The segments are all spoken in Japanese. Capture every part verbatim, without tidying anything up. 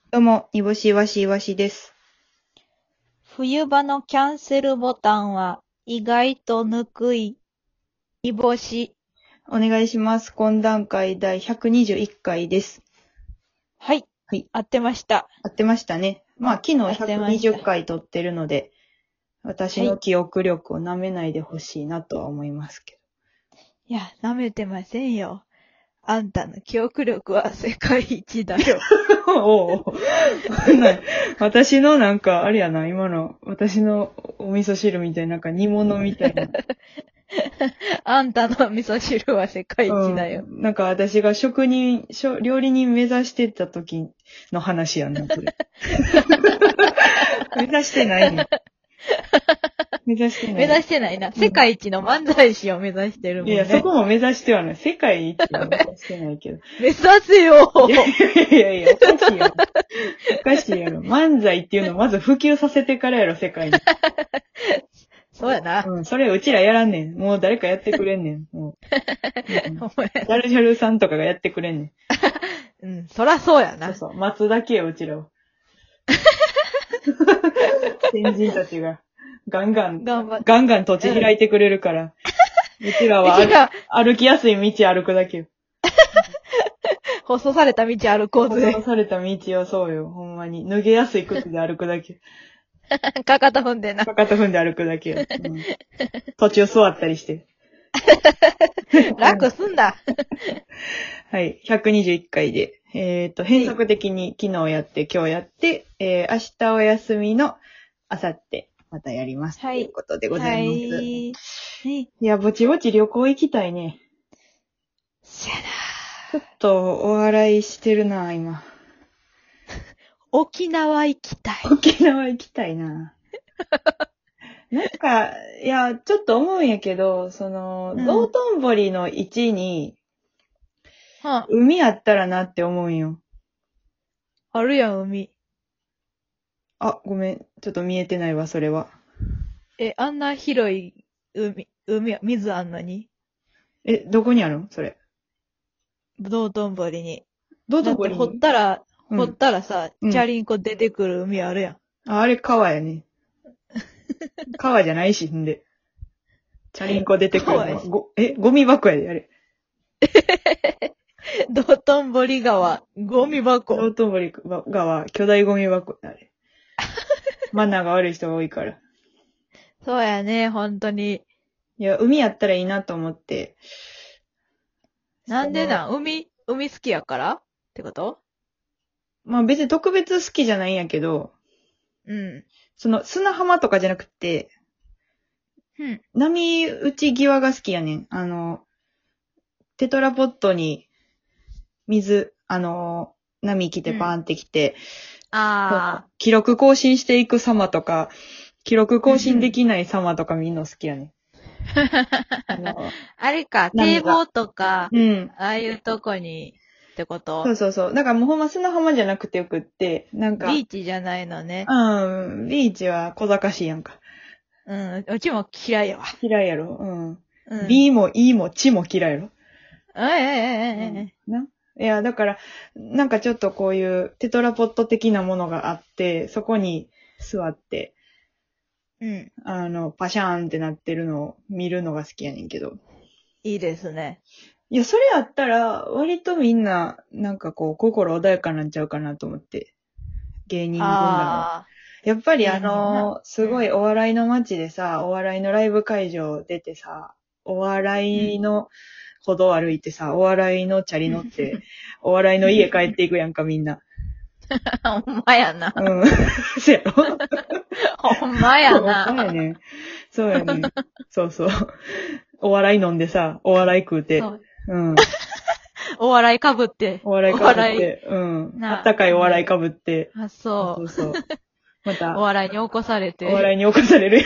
どうも、煮干しわしわしです。 冬場のキャンセルボタンは意外とぬくい。煮干し。 お願いします。懇談会第ひゃくにじゅういっかいです。 はい。 はい。 合ってました。 合ってましたね。まあ、昨日合ってましたひゃくにじゅっかい撮ってるので、私はい。 の記憶力を舐めないでほしいなとは思いますけいや、舐めてませんよ。あんたの記憶力は世界一だよ。 ど。おお。私のなんか、あれやな、今の、私のお味噌汁みたいな、なんか煮物みたいな。 あんたの味噌汁は世界一だよ。 うん。なんか私が職人、しょ料理人目指してた時の話やんな、それ。目指してないね。目指してない。 目指してないな。世界一の漫才師を目指してるもんね。 いや、そこも目指してはない。世界一は目指してないけど。 目指せよ。 いやいやいやいや、おかしいやろ。おかしいやろ。漫才っていうのをまず普及させてからやろ、世界に。 そうやな。 うん、それうちらやらんねん。もう誰かやってくれんねん。もう。うん、 お前ジャルジャルさんとかがやってくれんねん。 うん、そらそうやな。 そうそう。待つだけよ、うちらは。先人たちが。ガンガン、 頑張って。 ガンガン土地開いてくれるから。うちらは歩歩きやすい道歩くだけよ。 舗装された道歩こうぜ。 舗装された道をそうよ、ほんまに。脱げやすい靴で歩くだけ。 かかと踏んでな。 かかと踏んで歩くだけよ。うん、途中座ったりして。 楽すんだ。 はい。ひゃくにじゅういっかいで。えっ、ー、と、変則的に昨日やって、今日やって、えー、明日お休みの、明後日、またやります。はい。ということでございます。はい。いや、ぼちぼち旅行行きたいね。 そやな。 ちょっとお笑いしてるな、今。 沖縄行きたい。 沖縄行きたいな。なんか、いや、ちょっと思うんやけど、その、うん、道頓堀の位置に、はあ、海あったらなって思うんよ。 あるやん、海。 あ、ごめん。ちょっと見えてないわ、それは。 え、あんな広い海、海、水あんのに？ え、どこにあるのそれ。 道頓堀に。 道頓堀に。 だって掘ったら、うん、掘ったらさ、チャリンコ出てくる海あるやん。 あ、あれ川やね。川じゃないし、んで。チャリンコ出てくるのは。ごえ、ゴミ箱やで、あれ。 道頓堀川、ゴミ箱。 道頓堀川、巨大ゴミ箱や、あれ。マナーが悪い人が多いから。 そうやね、ほんとに。 いや、海やったらいいなと思って。 なんでなん？海、海好きやからってこと？ まあ別に特別好きじゃないんやけど、 うん。 その砂浜とかじゃなくて、うん。波打ち際が好きやねん。あの、テトラポットに水、あの、波来てパーンって来て、うん、ああ。記録更新していく様とか、記録更新できない様とか見んの好きやねん。 あのあれか、堤防とか、うん。ああいうとこに、ってこと？ そうそうそう。だからもうほんま砂浜じゃなくてよくって、なんか。 ビーチじゃないのね。 うん、ビーチは小賢しいやんか。 うん、うちも嫌いやわ。 嫌いやろ。うん。うん、B も E も地も嫌いやろ。 えええええ。な。いや、だから、なんかちょっとこういうテトラポット的なものがあって、そこに座って、うん。あの、パシャーンってなってるのを見るのが好きやねんけど。いいいですね。 いや、それやったら、割とみんな、なんかこう、心穏やかなんちゃうかなと思って。芸人軍団は。やっぱりあの、すごいお笑いの街でさ、お笑いのライブ会場出てさ、お笑いの歩道歩いてさ、お笑いのチャリ乗って、お笑いの家帰っていくやんか、みんな。 ほんまやな。 うん。そうやろほんまやな。 ほんまやねん。そうやねん。そうそう。お笑い飲んでさ、お笑い食うて。ううん。 お笑いかぶって。 お笑いかぶって。うん。あったかいお笑いかぶって。 あ、そう。 そうそう。また。 お笑いに起こされて。 お笑いに起こされる。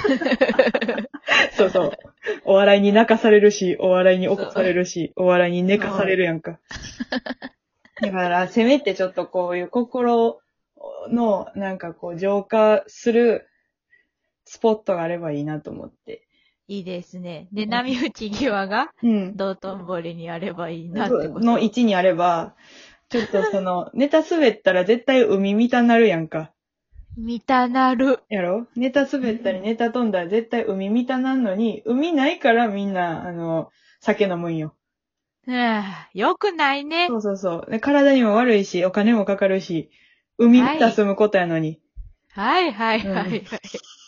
そうそう。お笑いに泣かされるし、お笑いに起こされるし、お笑いに寝かされるやんか。だから、せめてちょっとこういう心の、なんかこう、浄化するスポットがあればいいなと思って。 いいですね。で、波打ち際が、うん。道頓堀にあればいいなってこと。 の位置にあれば、 ちょっとその、ネタ滑ったら絶対海見たなるやんか。 見たなる。 やろネタ滑ったりネタ飛んだら絶対海見たなんのに、海ないからみんな、あの、酒飲むんよ。 うん、よくないね。 そうそうそう。で体にも悪いし、お金もかかるし、海見た住むことやのに。 はいはいはいはい。うん、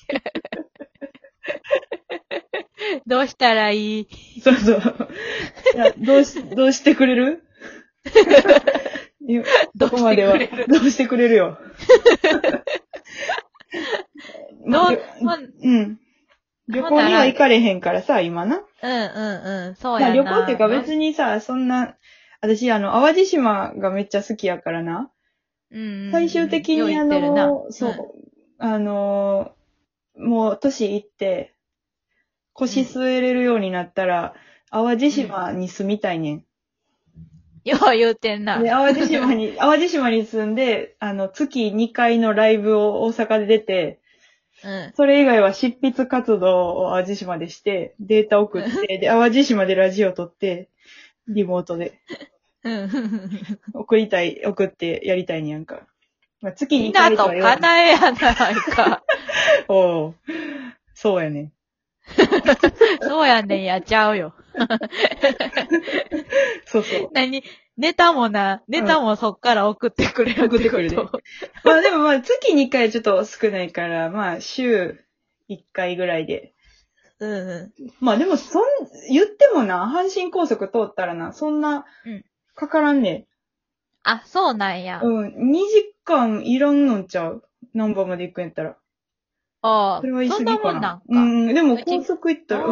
どうしたらいい？ そうそう。いや、どうし、どうしてくれるどこまでは、どうしてくれるよ。 どう、ま、 うん。旅行には行かれへんからさ、今な。 うんうんうん、そうやな。 まあ旅行っていうか別にさ、そんな、私あの、淡路島がめっちゃ好きやからな。うん。最終的にあの、そう、うん、あの、もう年いって、腰据えれるようになったら、うん、淡路島に住みたいねん。 よう言うてんな。 で、淡路島に、淡路島に住んで、あの、月にかいのライブを大阪で出て、うん、それ以外は執筆活動を淡路島でして、データ送って、で、淡路島でラジオ撮って、リモートで。送りたい、送ってやりたいにやんか。まあ、月にかいとは言わない。 なと叶えやないか。 おう。そうやねん。 そうやねんやっちゃうよ。 そうそう。 何ネタもな、ネタもそっから送ってくれる、 うん。送ってくれる、ね。まあでもまあ月にかいちょっと少ないから、まあ週いっかいぐらいで。うんうん。まあでもそん、言ってもな、阪神高速通ったらな、そんな、かからんね、うん。 あ、そうなんや。 うん。にじかんいらんのんちゃう？何番まで行くんやったら。 ああ。 それは言い過ぎかな。 そんなもんなんか。 うん、でも高速行ったら、うん。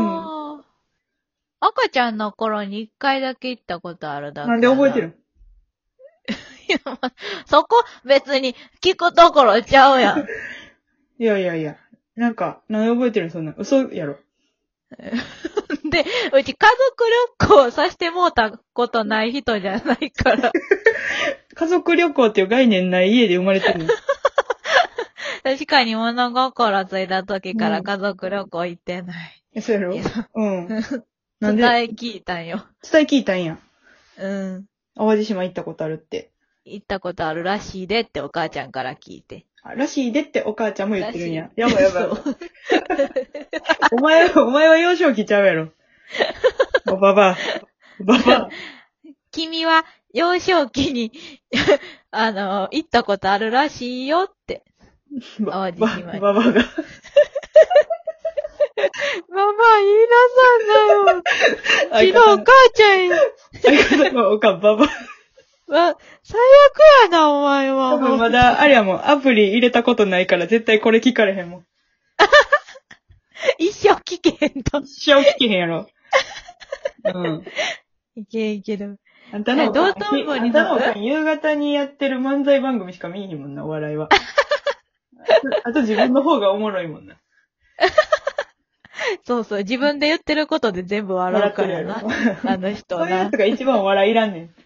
赤ちゃんの頃に一回だけ行ったことあるだけ。 なんで覚えてる？ いや、ま、そこ別に聞くところちゃうやん。 いやいやいや。なんか、なんで覚えてる？そんな。嘘やろ。 で、うち家族旅行させてもうたことない人じゃないから。 家族旅行っていう概念ない家で生まれてるの。 確かに物心ついた時から家族旅行行ってない。 え、そうやろ？うん。 なんで？伝え聞いたんよ。 伝え聞いたんや。 うん。 淡路島行ったことあるって。 行ったことあるらしいでってお母ちゃんから聞いて。 あ、らしいでってお母ちゃんも言ってるんや。やばいやばい。お前は、お前は幼少期ちゃうやろ。おばば。ばば。 君は幼少期に、あの、行ったことあるらしいよって。淡路島に。 ばばが。ばば言いなさんだよ。昨日お母ちゃんや。 相方のおかんばば。 わ、最悪やな、お前は。 多分まだ、あれやもん、アプリ入れたことないから絶対これ聞かれへんもん。 一生聞けへんと。 一生聞けへんやろ。うん。 いけいけど。 あんたのおかん、あんたのおかん夕方にやってる漫才番組しか見えへんもんな、お笑いは。あと自分の方がおもろいもんな。 そうそう、自分で言ってることで全部笑うからな。あの人は。 そういうやつが一番お笑いいらんねん。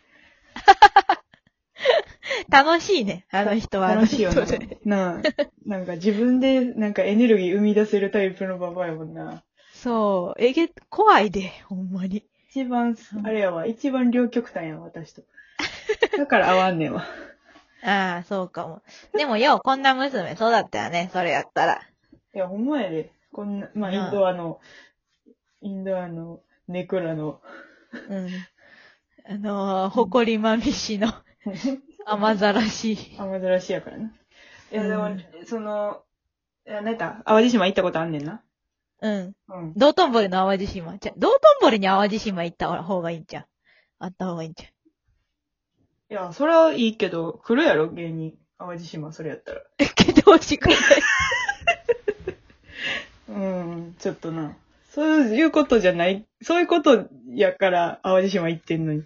楽しいね、あの人は。 楽しいよな。なあ。なんか自分でなんかエネルギー生み出せるタイプのババアやもんな。 そう。えげ、怖いで、ほんまに。 一番、あれやわ、一番両極端やわ、私と。だから合わんねんわ。 ああ、そうかも。でもよう、こんな娘育ったよね、それやったら。 いや、ほんまやで。こんな、まあ、インドアの、うん、インドアの、ネクラの。 うん。あのー、ほこりまみしの、雨ざらし。 雨ざらしやからな。いや、でも、うん、その、いや、なんだ、淡路島行ったことあんねんな。 うん。うん。道頓堀の淡路島。じゃ、道頓堀に淡路島行った方がいいんじゃん。あった方がいいんじゃん。 いや、それはいいけど、来るやろ、芸人。淡路島、それやったら。 え、けど欲しくない。 うん、ちょっとな。そういうことじゃない、そういうことやから淡路島行ってんのに。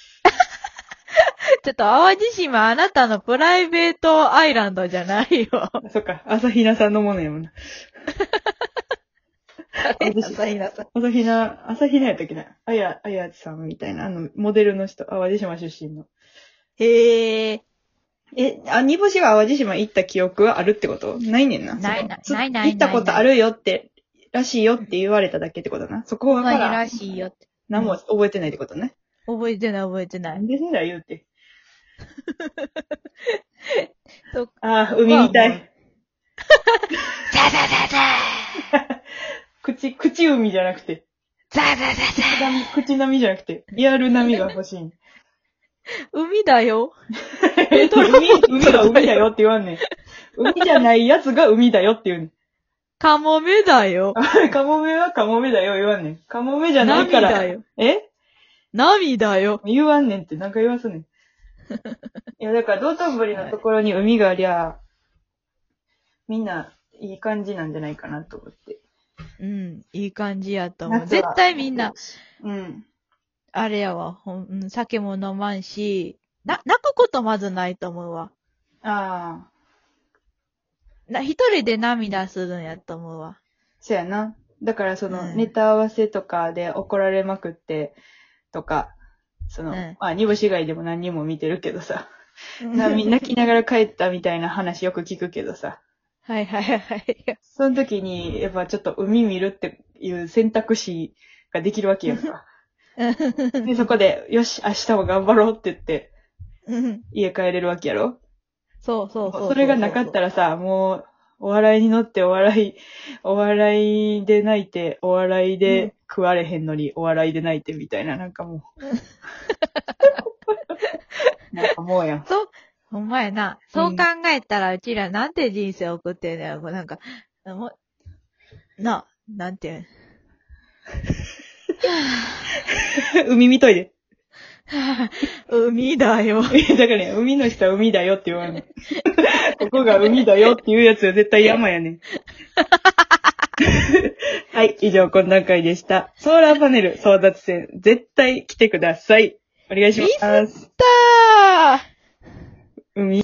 ちょっと淡路島あなたのプライベートアイランドじゃないよ。 そっか、朝比奈さんのものやもんな。 朝比奈さん。 朝比奈、朝比奈やったっけな。あや、あやさんみたいな、あの、モデルの人、淡路島出身の。 へえ。 え、あ、煮干しが淡路島行った記憶はあるってことないねんな。 ないない、ないない。 行ったことあるよって、らしいよって言われただけってことな。そこはから。 らしいよって。 何も覚えてないってことね。 覚えてない覚えてない。 なんでんだ言うて。 とああ、海みたまあい。 ザザザザ口、口海じゃなくて、 ザザザ口ザ波、口波じゃなくて、リアル波が欲しい。 海だよ。 え、海、海が海だよって言わんねん。海じゃないやつが海だよって言うねん。 カモメだよ。 カモメはカモメだよ言わんねん。カモメじゃないから。 波だよ。 え波だよ。 言わんねんって何回言わすねん。いや、だから道頓堀のところに海がありゃ、みんないい感じなんじゃないかなと思って。 うん、いい感じやと思う。 夏は絶対みんな、 うん。 あれやわ、ほん、うん酒も飲まんし、な、泣くことまずないと思うわ。 ああ、 な、一人で涙するんやと思うわ。 そやな。だからその、 うんネタ合わせとかで怒られまくって、とか、その、 うんまあ、煮干し貝でも何人も見てるけどさ、なみ泣きながら帰ったみたいな話よく聞くけどさ、 はいはいはい。 その時に、やっぱちょっと海見るっていう選択肢ができるわけやんか。で、そこで、よし、明日も頑張ろうって言って、 うん家帰れるわけやろ。 そうそうそう。 それがなかったらさ、もう、お笑いに乗ってお笑い、お笑いで泣いて、お笑いで食われへんのに、お笑いで泣いてみたいな、なんかもう。なんかもうやん。 そう、ほんまやな。そう考えたら、うちらなんて人生送ってんだよ。なんか、もうな、なんていうん。 海見といで。 海だよ。 だからね、海の人は海だよって言わんの。ここが海だよって言うやつは絶対山やねん。はい、以上、懇談会でした。ソーラーパネル争奪戦、絶対来てください。お願いします。 たー海